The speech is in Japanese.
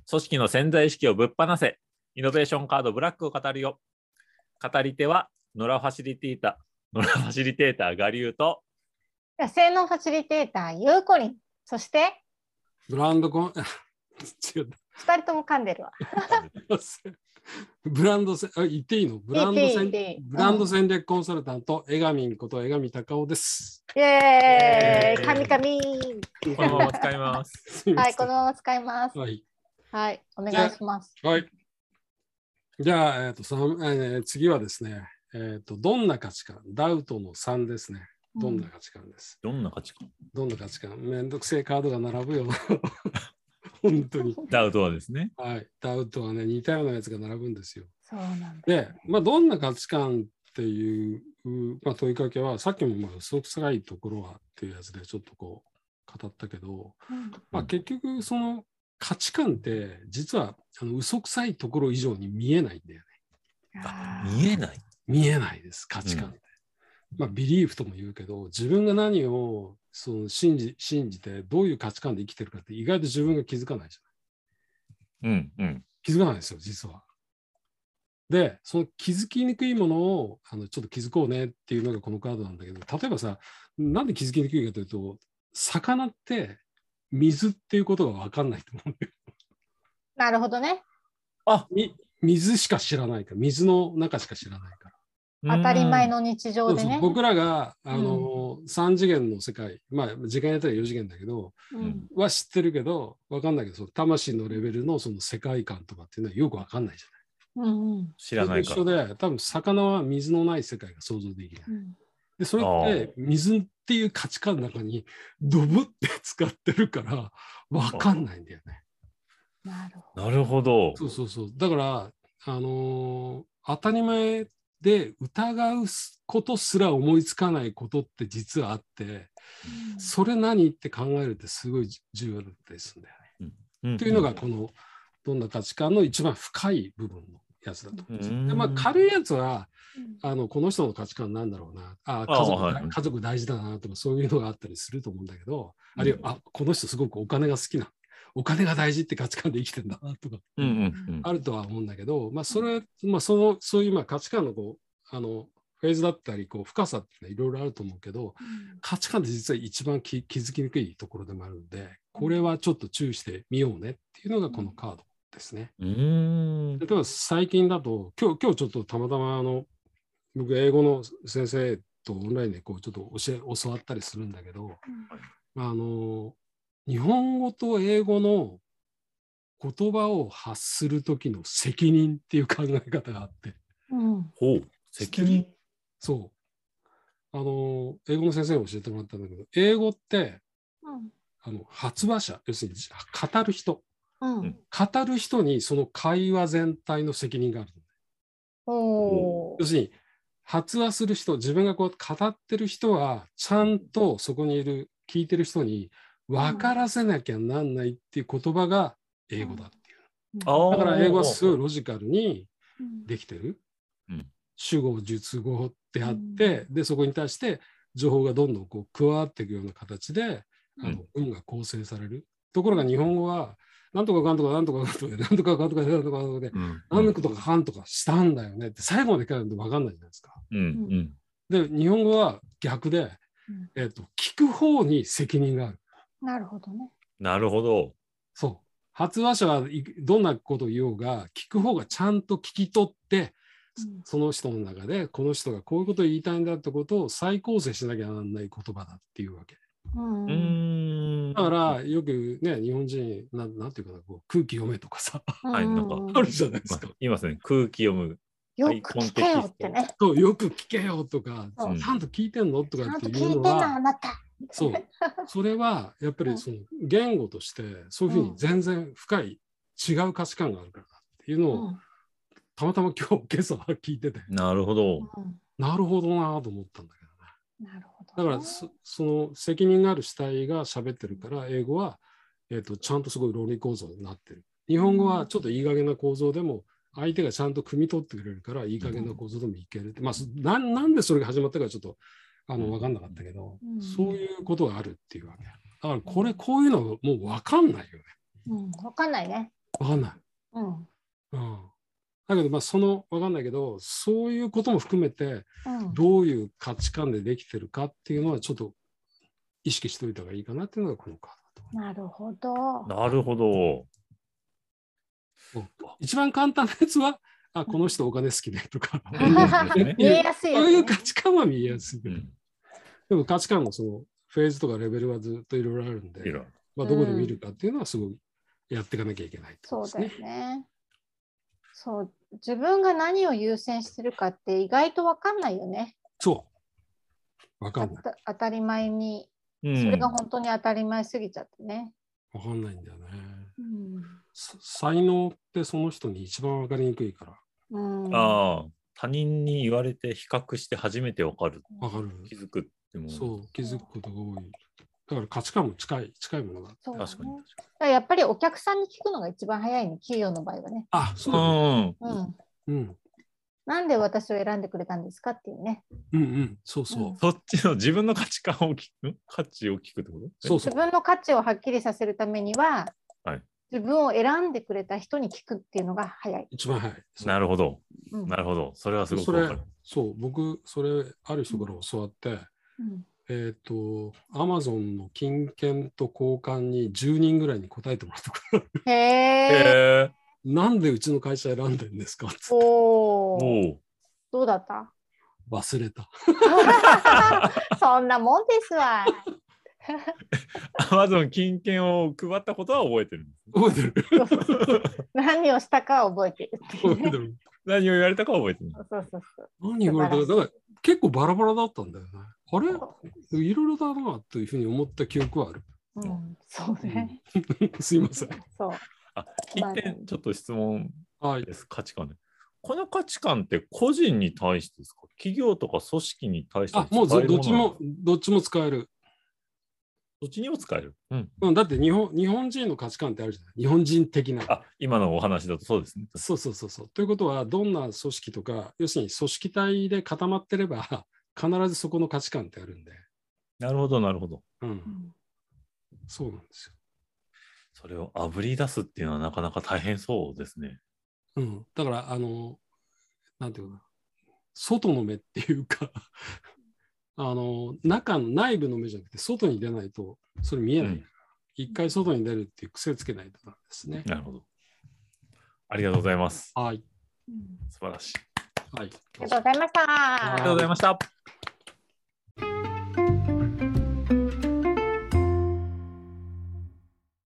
組織の潜在意識をぶっ放せ。イノベーションカードブラックを語るよ。語り手は野良ファシリテーター我流と野生のファシリテーターゆうこりん。そしてブランドコン違った 2人とも噛んでるわ。 ブランド言っていいの？ブランド戦略コンサルタント江上こと江上隆夫です。 イエーイ、神々。 このまま使います。 はい、このまま使います。 はい、 はい、お願いします。 はい。じゃあ、次はですね、どんな価値観、ダウトの3ですね。どんな価値観です。 どんな価値観？ めんどくせえカードが並ぶよ。本当に。 ダウトはですね。 はい。ダウトはね、似たようなやつが並ぶんですよ。 そうなんだ。 で、どんな価値観っていう、問いかけは、さっきも嘘くさいところはっていうやつでちょっとこう語ったけど、結局その価値観って実は嘘くさいところ以上に見えないんだよね。見えないです、価値観って。ビリーフとも言うけど、自分が何を信じてどういう価値観で生きてるかって意外と自分が気づかないじゃない。気づかないですよ、実は。で、その気づきにくいものをちょっと気づこうねっていうのがこのカードなんだけど、例えばさ、なんで気づきにくいかというと、魚って水っていうことが分かんないと思うんだよ。 なるほどね。 水しか知らないから、水の中しか知らないから。 当たり前の日常でね。 僕らが3次元の世界、時間やったら4次元だけど、は知ってるけど分かんないけど、その魂のレベルのその世界観とかっていうのはよく分かんないじゃない。 知らないから。 一緒で、多分魚は水のない世界が想像できない。でそれって水っていう価値観の中にドブって使ってるから分かんないんだよね。 なるほど。 そう。だから当たり前で疑うことすら思いつかないことって実はあって、それ何って考えるってすごい重要だったりするんだよね。というのがこのどんな価値観の一番深い部分のやつだと思うんですよ。で軽いやつはこの人の価値観なんだろうな、家族大事だなとかそういうのがあったりすると思うんだけど、あるいはこの人すごくお金が好きな、お金が大事って価値観で生きてんだなとかあるとは思うんだけど、そういう価値観のフェーズだったり深さっていろいろあると思うけど、価値観って実は一番気づきにくいところでもあるので、これはちょっと注意してみようねっていうのがこのカードですね。例えば最近だと今日ちょっとたまたま僕英語の先生とオンラインでちょっと教わったりするんだけど、日本語と英語の言葉を発する時の責任っていう考え方があって。 責任？ そう。英語の先生に教えてもらったんだけど、英語って、発話者、要するに語る人。語る人にその会話全体の責任がある。要するに発話する人、自分が語ってる人はちゃんとそこにいる聞いてる人に分からせなきゃなんないっていう言葉が英語だっていう。だから英語はすごいロジカルにできてる。主語述語ってあって、でそこに対して情報がどんどん加わっていくような形で文が構成される。ところが日本語はなんとかかんとかなんとかかんとかでなんとかかんとかなんとかなんとかでなんとかかんとかしたんだよねって最後まで書かないと分かんないじゃないですか。で日本語は逆で、聞く方に責任がある。 なるほどね。 なるほど。 そう。発話者はどんなことを言おうが聞く方がちゃんと聞き取って、その人の中でこの人がこういうことを言いたいんだってことを再構成しなきゃならない言葉だっていうわけ。だからよくね日本人なんていうかな空気読めとかさあるじゃないですか。 言いますね。空気読む。 よく聞けよってね。 そうよく聞けよとかちゃんと聞いてんのとかっていうのはそれはやっぱりその言語としてそういうふうに全然深い違う価値観があるからっていうのをたまたま今朝聞いててなるほどなるほどなと思ったんだけどね。 なるほど。 だからその責任がある主体が喋ってるから英語は、ちゃんとすごい論理構造になってる。日本語はちょっといい加減な構造でも相手がちゃんと汲み取ってくれるからいい加減な構造でもいけるって、なんでそれが始まったかちょっと分かんなかったけど、そういうことがあるっていうわけだからこういうのもう分かんないよね。 分かんないね。 わかんない。 うん。 うんだけど、わかんないけど、そういうことも含めて、 うん。 どういう価値観でできてるかっていうのは、ちょっと意識しておいた方がいいかなっていうのがこのカードだと思なるほど。 なるほど。 う。一番簡単なやつは、この人お金好きねとか、 ですね見えやすいやつねそういう価値観は見えやすいけど、 うんでも価値観のそのフェーズとかレベルはずっといろいろあるんで、 いろいろどこで見るかっていうのはすごいやっていかなきゃいけないってことですそうだよね。 ね。そう、自分が何を優先してるかって意外と分かんないよね。 そう。わかんない。 当たり前に、 うんそれが本当に当たり前すぎちゃってね。 わかんないんだよね。 うん。 才能ってその人に一番わかりにくいから。 うん、 ああ、他人に言われて比較して初めてわかる。 わかる。 気づくっても。 そう、気づくことが多い。だから価値観も近いものだ。 そうだね。 確かにだからやっぱりお客さんに聞くのが一番早いね、企業の場合はね。 そうだね。 うん。 うん。 うん。 なんで私を選んでくれたんですかっていうね。 そうそう。 うんそっちの自分の価値観を聞く、価値を聞くってこと自そうそう。 分の価値をはっきりさせるためには、 はい自分を選んでくれた人に聞くっていうのが早い。 一番早い。そうなるほど。 うんなるほど。それはすごくそれわかる。、 僕、それ、ある人から教わって、 うんアマゾンの金券と交換に10人ぐらいに答えてもらったことある。 へえ。 へえ。 なんでうちの会社選んでんですかっておお。 おお。 どうだった忘れた。 そんなもんですわ。 アマゾン金券を配ったことは覚えてるんですね。 覚えてる。 そうそうそう何をしたかは覚えてるっていうね。 覚えてる。 何を言われたかは覚えてる。 そうそうそう。 何言われたか、だから結構バラバラだったんだよね。あれそいろいろだなというふうに思った記憶はある。 うん、そうね。 すいません。 そう。 あ、一点ちょっと質問はい。 です。価値観で。この価値観って個人に対してですか？企業とか組織に対してもう使えるどっちものなの？ どっちも使える。 どっちにも使える。うん。 だって日本人の価値観ってあるじゃない。日本人的な。 あ、今のお話だとそうですね。 そう。ということは、どんな組織とか、要するに組織体で固まってれば、必ずそこの価値観ってあるんで。 なるほど、なるほど。 そうなんですそれをあぶり出すっていうのはなかなか大変そうですね。 よ。だから、なんていうかな。外の目っていうか内部の目じゃなくて、外に出ないと、それ見えない。一回外に出るっていう癖つけないとなんですね。 なるほど。ありがとうございます。 はい。 素晴らしい。 はい。 ありがとうございました。 ありがとうございました。